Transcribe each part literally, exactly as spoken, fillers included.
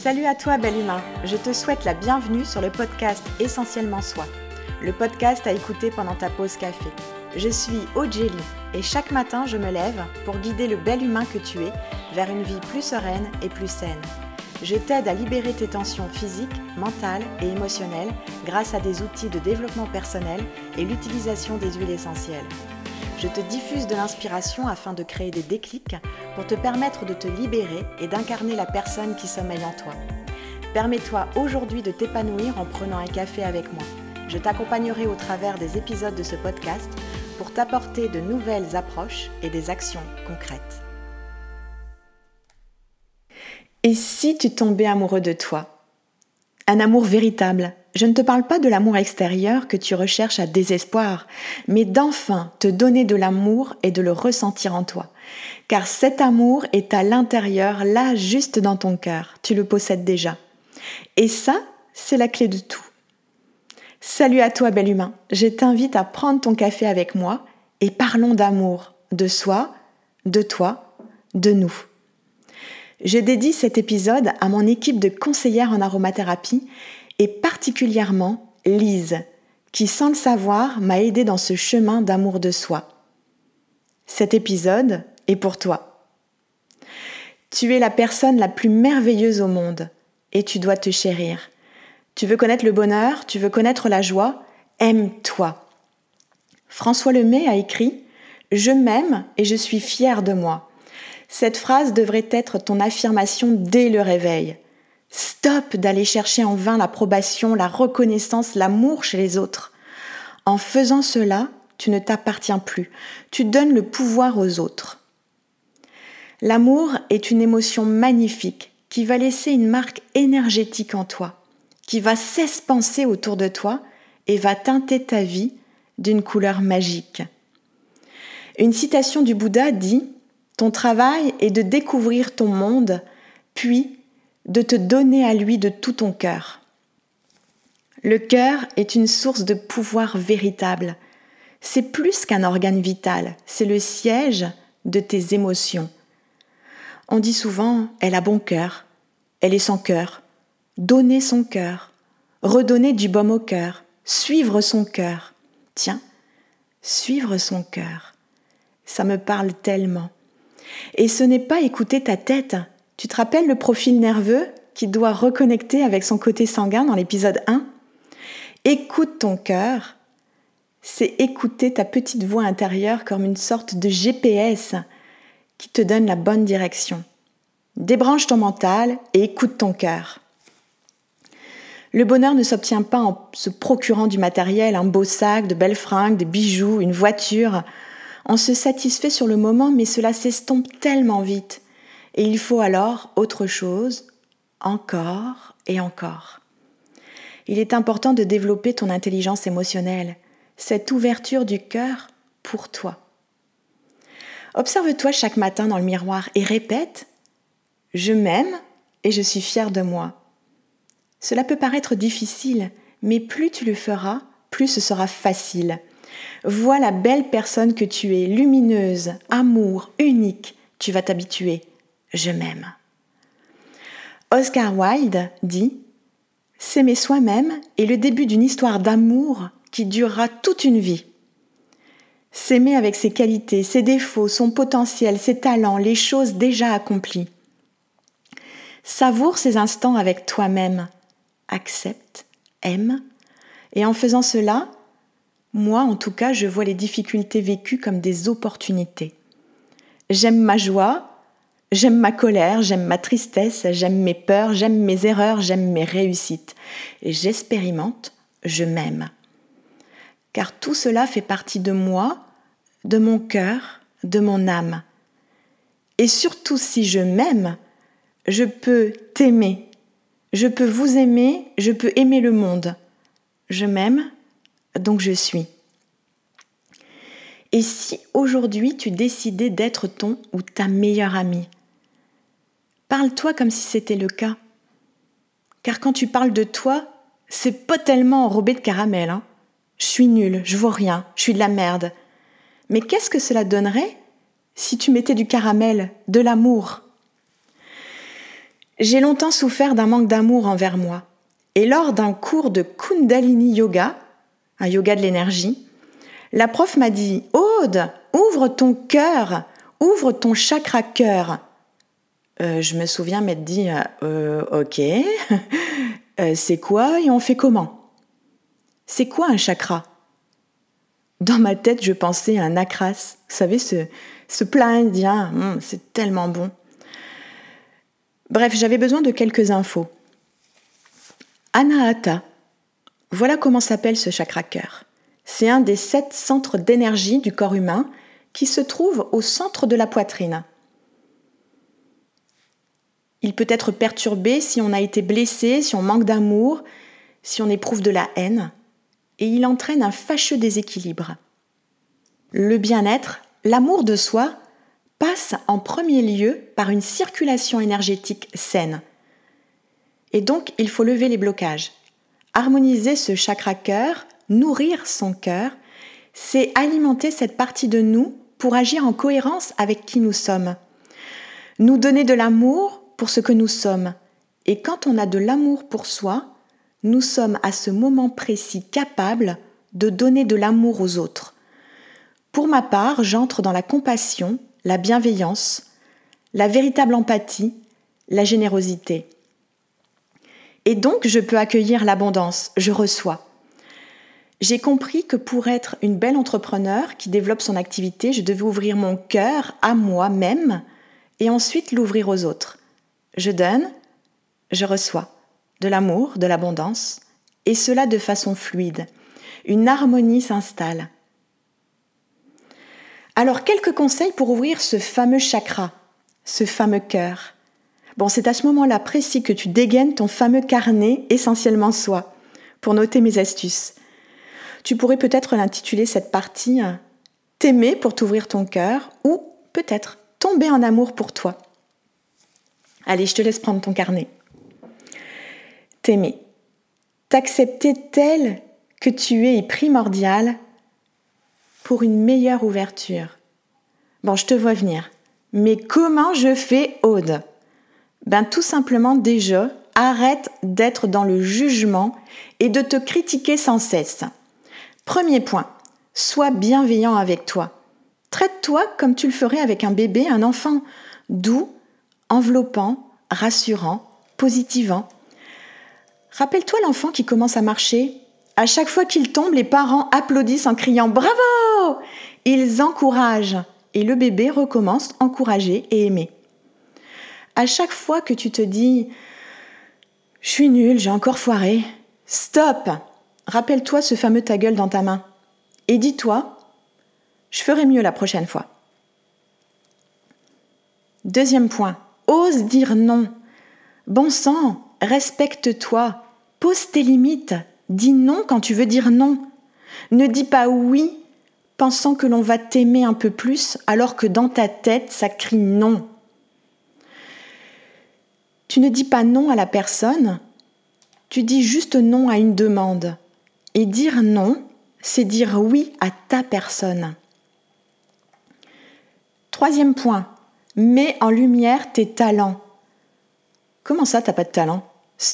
Salut à toi, bel humain. Je te souhaite la bienvenue sur le podcast Essentiellement Soi, le podcast à écouter pendant ta pause café. Je suis Odjeli et chaque matin, je me lève pour guider le bel humain que tu es vers une vie plus sereine et plus saine. Je t'aide à libérer tes tensions physiques, mentales et émotionnelles grâce à des outils de développement personnel et l'utilisation des huiles essentielles. Je te diffuse de l'inspiration afin de créer des déclics pour te permettre de te libérer et d'incarner la personne qui sommeille en toi. Permets-toi aujourd'hui de t'épanouir en prenant un café avec moi. Je t'accompagnerai au travers des épisodes de ce podcast pour t'apporter de nouvelles approches et des actions concrètes. Et si tu tombais amoureux de toi ? Un amour véritable. Je ne te parle pas de l'amour extérieur que tu recherches à désespoir, mais d'enfin te donner de l'amour et de le ressentir en toi. Car cet amour est à l'intérieur, là, juste dans ton cœur. Tu le possèdes déjà. Et ça, c'est la clé de tout. Salut à toi, bel humain. Je t'invite à prendre ton café avec moi et parlons d'amour, de soi, de toi, de nous. Je dédie cet épisode à mon équipe de conseillères en aromathérapie et particulièrement Lise, qui sans le savoir m'a aidée dans ce chemin d'amour de soi. Cet épisode est pour toi. Tu es la personne la plus merveilleuse au monde et tu dois te chérir. Tu veux connaître le bonheur, tu veux connaître la joie, aime-toi. François Lemay a écrit « Je m'aime et je suis fière de moi ». Cette phrase devrait être ton affirmation dès le réveil. Stop d'aller chercher en vain l'approbation, la reconnaissance, l'amour chez les autres. En faisant cela, tu ne t'appartiens plus. Tu donnes le pouvoir aux autres. L'amour est une émotion magnifique qui va laisser une marque énergétique en toi, qui va s'espancer autour de toi et va teinter ta vie d'une couleur magique. Une citation du Bouddha dit « Ton travail est de découvrir ton monde, puis de te donner à lui de tout ton cœur. » Le cœur est une source de pouvoir véritable. C'est plus qu'un organe vital, c'est le siège de tes émotions. On dit souvent « elle a bon cœur », « elle est sans cœur », donner son cœur, redonner du baume au cœur, suivre son cœur. Tiens, suivre son cœur, ça me parle tellement. Et ce n'est pas écouter ta tête. Tu te rappelles le profil nerveux qui doit reconnecter avec son côté sanguin dans l'épisode un ? Écoute ton cœur, c'est écouter ta petite voix intérieure comme une sorte de G P S qui te donne la bonne direction. Débranche ton mental et écoute ton cœur. Le bonheur ne s'obtient pas en se procurant du matériel, un beau sac, de belles fringues, des bijoux, une voiture. On se satisfait sur le moment, mais cela s'estompe tellement vite. Et il faut alors autre chose, encore et encore. Il est important de développer ton intelligence émotionnelle, cette ouverture du cœur pour toi. Observe-toi chaque matin dans le miroir et répète « Je m'aime et je suis fière de moi ». Cela peut paraître difficile, mais plus tu le feras, plus ce sera facile. Vois la belle personne que tu es, lumineuse, amour, unique. Tu vas t'habituer. Je m'aime. Oscar Wilde dit « S'aimer soi-même est le début d'une histoire d'amour qui durera toute une vie. » S'aimer avec ses qualités, ses défauts, son potentiel, ses talents, les choses déjà accomplies. Savoure ces instants avec toi-même. Accepte, aime. Et en faisant cela, moi, en tout cas, je vois les difficultés vécues comme des opportunités. J'aime ma joie, j'aime ma colère, j'aime ma tristesse, j'aime mes peurs, j'aime mes erreurs, j'aime mes réussites. Et j'expérimente, je m'aime. Car tout cela fait partie de moi, de mon cœur, de mon âme. Et surtout, si je m'aime, je peux t'aimer. Je peux vous aimer, je peux aimer le monde. Je m'aime, donc je suis. Et si aujourd'hui tu décidais d'être ton ou ta meilleure amie ? Parle-toi comme si c'était le cas. Car quand tu parles de toi, c'est pas tellement enrobé de caramel. Hein. Je suis nulle, je vaux rien, je suis de la merde. Mais qu'est-ce que cela donnerait si tu mettais du caramel, de l'amour ? J'ai longtemps souffert d'un manque d'amour envers moi. Et lors d'un cours de Kundalini Yoga, un yoga de l'énergie, la prof m'a dit « Aude, ouvre ton cœur, ouvre ton chakra cœur ». Euh, je me souviens m'être dit euh, « Ok, euh, c'est quoi et on fait comment ?» C'est quoi un chakra ? Dans ma tête, je pensais à un akras. Vous savez, ce, ce plat indien, hum, c'est tellement bon. Bref, j'avais besoin de quelques infos. Anahata, voilà comment s'appelle ce chakra cœur. C'est un des sept centres d'énergie du corps humain qui se trouve au centre de la poitrine. Il peut être perturbé si on a été blessé, si on manque d'amour, si on éprouve de la haine, et il entraîne un fâcheux déséquilibre. Le bien-être, l'amour de soi, passe en premier lieu par une circulation énergétique saine. Et donc, il faut lever les blocages. Harmoniser ce chakra cœur, nourrir son cœur, c'est alimenter cette partie de nous pour agir en cohérence avec qui nous sommes. Nous donner de l'amour pour ce que nous sommes. Et quand on a de l'amour pour soi, nous sommes à ce moment précis capables de donner de l'amour aux autres. Pour ma part, j'entre dans la compassion, la bienveillance, la véritable empathie, la générosité. Et donc, je peux accueillir l'abondance, je reçois. J'ai compris que pour être une belle entrepreneur qui développe son activité, je devais ouvrir mon cœur à moi-même et ensuite l'ouvrir aux autres. Je donne, je reçois de l'amour, de l'abondance, et cela de façon fluide. Une harmonie s'installe. Alors, quelques conseils pour ouvrir ce fameux chakra, ce fameux cœur. Bon, c'est à ce moment-là précis que tu dégaines ton fameux carnet essentiellement soi, pour noter mes astuces. Tu pourrais peut-être l'intituler cette partie « T'aimer pour t'ouvrir ton cœur » ou peut-être « Tomber en amour pour toi ». Allez, je te laisse prendre ton carnet. T'aimer. T'accepter tel que tu es est primordial pour une meilleure ouverture. Bon, je te vois venir. Mais comment je fais, Aude ? Ben tout simplement déjà, arrête d'être dans le jugement et de te critiquer sans cesse. Premier point, sois bienveillant avec toi. Traite-toi comme tu le ferais avec un bébé, un enfant, doux, enveloppant, rassurant, positivant. Rappelle-toi l'enfant qui commence à marcher. À chaque fois qu'il tombe, les parents applaudissent en criant « Bravo !» Ils encouragent et le bébé recommence encouragé et aimé. À chaque fois que tu te dis « Je suis nul, j'ai encore foiré », stop ! Rappelle-toi ce fameux ta gueule dans ta main et dis-toi « Je ferai mieux la prochaine fois ». Deuxième point, ose dire non. Bon sang, respecte-toi, pose tes limites, dis non quand tu veux dire non. Ne dis pas oui pensant que l'on va t'aimer un peu plus alors que dans ta tête ça crie non. Tu ne dis pas non à la personne, tu dis juste non à une demande. Et dire non, c'est dire oui à ta personne. Troisième point, mets en lumière tes talents. Comment ça, t'as pas de talent ? Stop !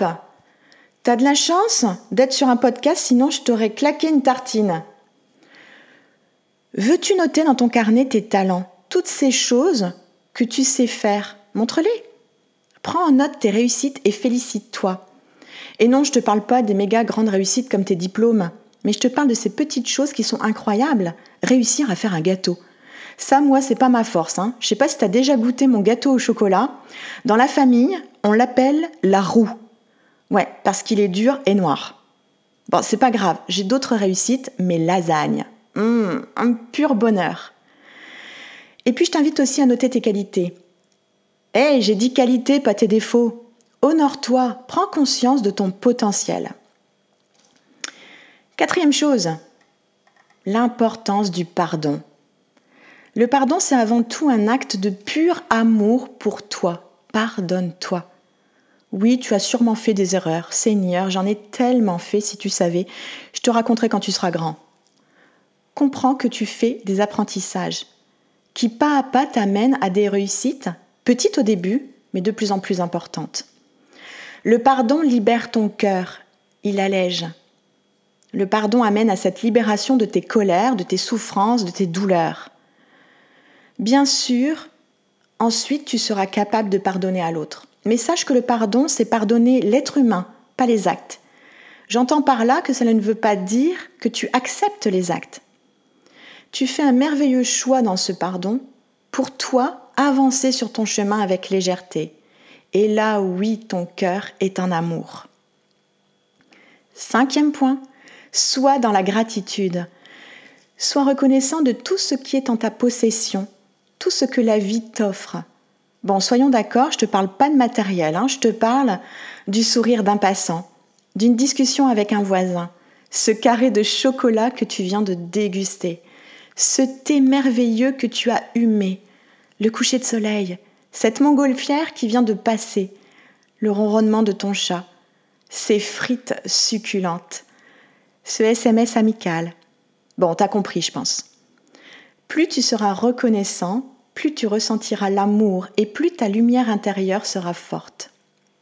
T'as de la chance d'être sur un podcast, sinon je t'aurais claqué une tartine. Veux-tu noter dans ton carnet tes talents, toutes ces choses que tu sais faire ? Montre-les. Prends en note tes réussites et félicite-toi. Et non, je te parle pas des méga grandes réussites comme tes diplômes, mais je te parle de ces petites choses qui sont incroyables. Réussir à faire un gâteau. Ça, moi, c'est pas ma force. Hein. Je sais pas si t'as déjà goûté mon gâteau au chocolat. Dans la famille, on l'appelle la roue. Ouais, parce qu'il est dur et noir. Bon, c'est pas grave, j'ai d'autres réussites, mais lasagne. Mmh, un pur bonheur. Et puis, je t'invite aussi à noter tes qualités. Hé, hey, j'ai dit qualité, pas tes défauts. Honore-toi, prends conscience de ton potentiel. Quatrième chose, l'importance du pardon. Le pardon, c'est avant tout un acte de pur amour pour toi. Pardonne-toi. Oui, tu as sûrement fait des erreurs. Seigneur, j'en ai tellement fait, si tu savais. Je te raconterai quand tu seras grand. Comprends que tu fais des apprentissages qui, pas à pas, t'amènent à des réussites, petites au début, mais de plus en plus importante. Le pardon libère ton cœur, il allège. Le pardon amène à cette libération de tes colères, de tes souffrances, de tes douleurs. Bien sûr, ensuite tu seras capable de pardonner à l'autre. Mais sache que le pardon, c'est pardonner l'être humain, pas les actes. J'entends par là que cela ne veut pas dire que tu acceptes les actes. Tu fais un merveilleux choix dans ce pardon pour toi avancer sur ton chemin avec légèreté. Et là, oui, ton cœur est en amour. Cinquième point, sois dans la gratitude. Sois reconnaissant de tout ce qui est en ta possession, tout ce que la vie t'offre. Bon, soyons d'accord, je ne te parle pas de matériel, hein, je te parle du sourire d'un passant, d'une discussion avec un voisin, ce carré de chocolat que tu viens de déguster, ce thé merveilleux que tu as humé, le coucher de soleil, cette montgolfière qui vient de passer, le ronronnement de ton chat, ces frites succulentes, ce S M S amical. Bon, t'as compris, je pense. Plus tu seras reconnaissant, plus tu ressentiras l'amour et plus ta lumière intérieure sera forte.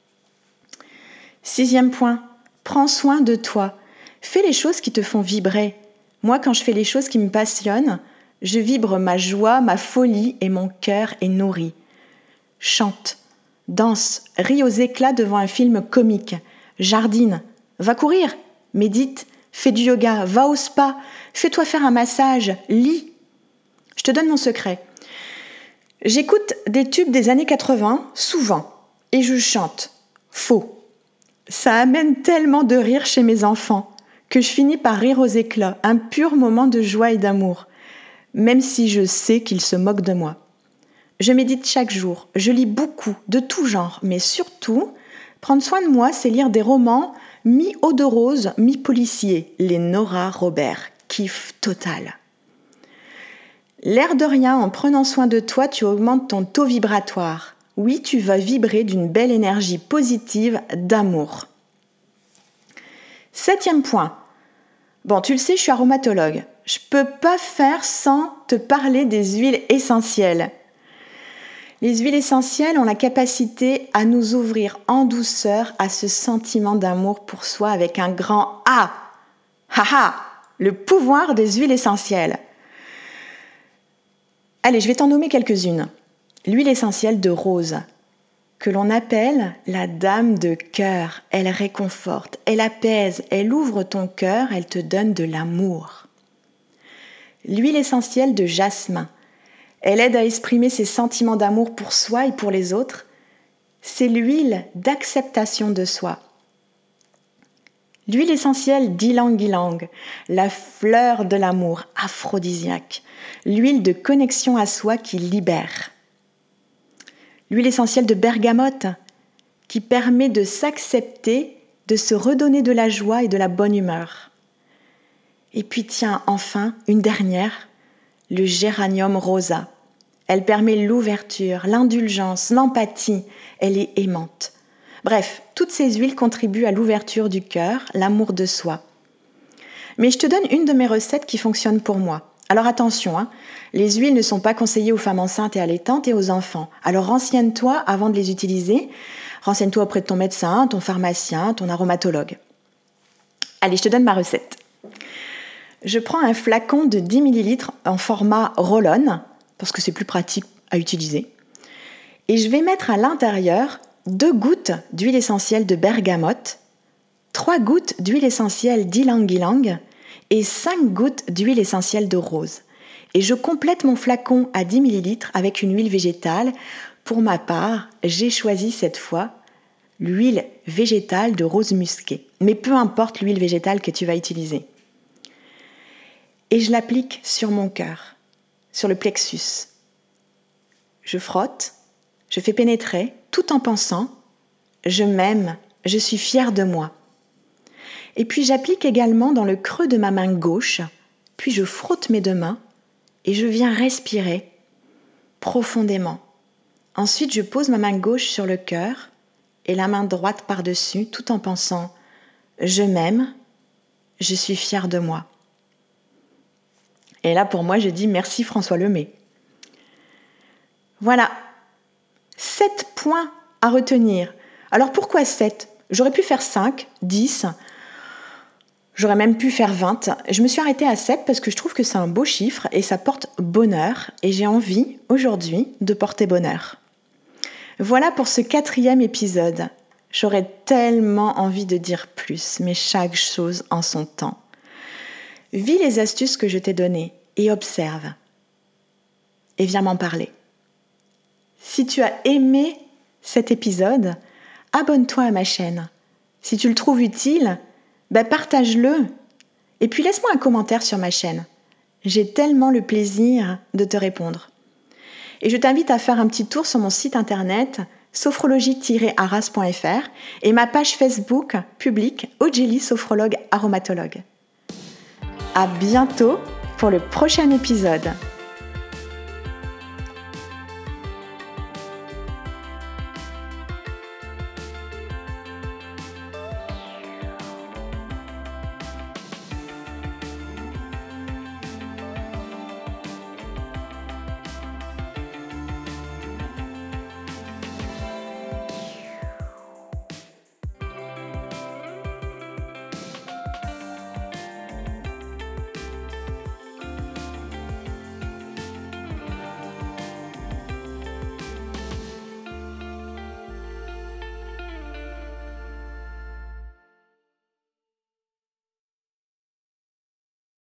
Sixième point, prends soin de toi. Fais les choses qui te font vibrer. Moi, quand je fais les choses qui me passionnent, je vibre ma joie, ma folie et mon cœur est nourri. Chante, danse, ris aux éclats devant un film comique, jardine, va courir, médite, fais du yoga, va au spa, fais-toi faire un massage, lis. Je te donne mon secret. J'écoute des tubes des années quatre-vingts, souvent, et je chante. Faux. Ça amène tellement de rire chez mes enfants que je finis par rire aux éclats, un pur moment de joie et d'amour, même si je sais qu'ils se moquent de moi. Je médite chaque jour, je lis beaucoup, de tout genre, mais surtout, prendre soin de moi, c'est lire des romans mi-eau de rose, mi-policier, les Nora Robert, kiff total. L'air de rien, en prenant soin de toi, tu augmentes ton taux vibratoire. Oui, tu vas vibrer d'une belle énergie positive d'amour. Septième point. Bon, tu le sais, je suis aromatologue. Je peux pas faire sans te parler des huiles essentielles. Les huiles essentielles ont la capacité à nous ouvrir en douceur à ce sentiment d'amour pour soi avec un grand A. Haha, le pouvoir des huiles essentielles. Allez, je vais t'en nommer quelques-unes. L'huile essentielle de rose, que l'on appelle la dame de cœur. Elle réconforte, elle apaise, elle ouvre ton cœur, elle te donne de l'amour. L'huile essentielle de jasmin. Elle aide à exprimer ses sentiments d'amour pour soi et pour les autres. C'est l'huile d'acceptation de soi. L'huile essentielle d'ylang-ylang, la fleur de l'amour aphrodisiaque. L'huile de connexion à soi qui libère. L'huile essentielle de bergamote, qui permet de s'accepter, de se redonner de la joie et de la bonne humeur. Et puis tiens, enfin, une dernière, le géranium rosa. Elle permet l'ouverture, l'indulgence, l'empathie. Elle est aimante. Bref, toutes ces huiles contribuent à l'ouverture du cœur, l'amour de soi. Mais je te donne une de mes recettes qui fonctionne pour moi. Alors attention, hein, les huiles ne sont pas conseillées aux femmes enceintes et allaitantes et aux enfants. Alors renseigne-toi avant de les utiliser. Renseigne-toi auprès de ton médecin, ton pharmacien, ton aromatologue. Allez, je te donne ma recette. Je prends un flacon de dix millilitres en format roll-on, parce que c'est plus pratique à utiliser. Et je vais mettre à l'intérieur deux gouttes d'huile essentielle de bergamote, trois gouttes d'huile essentielle d'ylang-ylang et cinq gouttes d'huile essentielle de rose. Et je complète mon flacon à dix millilitres avec une huile végétale. Pour ma part, j'ai choisi cette fois l'huile végétale de rose musquée. Mais peu importe l'huile végétale que tu vas utiliser. Et je l'applique sur mon cœur, sur le plexus. Je frotte, je fais pénétrer, tout en pensant « je m'aime, je suis fière de moi ». Et puis j'applique également dans le creux de ma main gauche, puis je frotte mes deux mains et je viens respirer profondément. Ensuite, je pose ma main gauche sur le cœur et la main droite par-dessus, tout en pensant « je m'aime, je suis fière de moi ». Et là, pour moi, je dis merci François Lemay. Voilà, sept points à retenir. Alors pourquoi sept ? J'aurais pu faire cinq, dix, j'aurais même pu faire vingt. Je me suis arrêtée à sept parce que je trouve que c'est un beau chiffre et ça porte bonheur. Et j'ai envie, aujourd'hui, de porter bonheur. Voilà pour ce quatrième épisode. J'aurais tellement envie de dire plus, mais chaque chose en son temps. Vis les astuces que je t'ai données et observe. Et viens m'en parler. Si tu as aimé cet épisode, abonne-toi à ma chaîne. Si tu le trouves utile, ben partage-le. Et puis laisse-moi un commentaire sur ma chaîne. J'ai tellement le plaisir de te répondre. Et je t'invite à faire un petit tour sur mon site internet sophrologie tiret arras point f r et ma page Facebook publique Odjeli Sophrologue Aromatologue. À bientôt pour le prochain épisode.